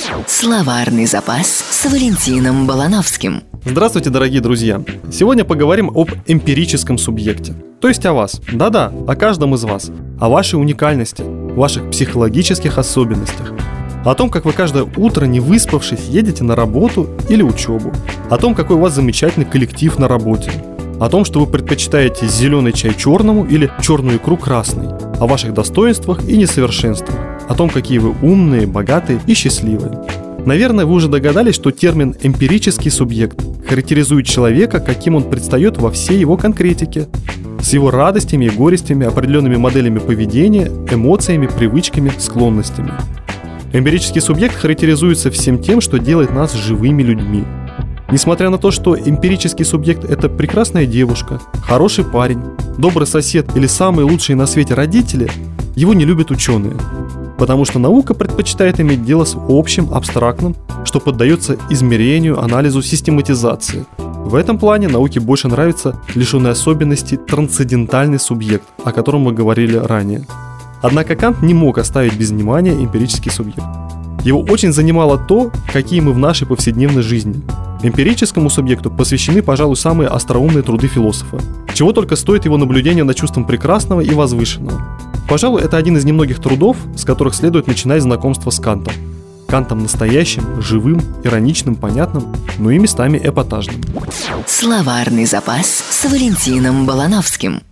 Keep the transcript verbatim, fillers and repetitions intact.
Словарный запас с Валентином Балановским. Здравствуйте, дорогие друзья! Сегодня поговорим об эмпирическом субъекте. То есть о вас. Да-да, о каждом из вас. О вашей уникальности, ваших психологических особенностях. О том, как вы каждое утро, не выспавшись, едете на работу или учебу. О том, какой у вас замечательный коллектив на работе. О том, что вы предпочитаете зеленый чай черному или черную икру красной. О ваших достоинствах и несовершенствах. О том, какие вы умные, богатые и счастливые. Наверное, вы уже догадались, что термин «эмпирический субъект» характеризует человека, каким он предстает во всей его конкретике, с его радостями и горестями, определенными моделями поведения, эмоциями, привычками, склонностями. Эмпирический субъект характеризуется всем тем, что делает нас живыми людьми. Несмотря на то, что эмпирический субъект – это прекрасная девушка, хороший парень, добрый сосед или самые лучшие на свете родители, его не любят ученые. Потому что наука предпочитает иметь дело с общим, абстрактным, что поддается измерению, анализу, систематизации. В этом плане науке больше нравится лишенный особенностей трансцендентальный субъект, о котором мы говорили ранее. Однако Кант не мог оставить без внимания эмпирический субъект. Его очень занимало то, какие мы в нашей повседневной жизни. Эмпирическому субъекту посвящены, пожалуй, самые остроумные труды философа. Чего только стоит его наблюдение над чувством прекрасного и возвышенного. Пожалуй, это один из немногих трудов, с которых следует начинать знакомство с Кантом. Кантом настоящим, живым, ироничным, понятным, но и местами эпатажным. Словарный запас с Валентином Балановским.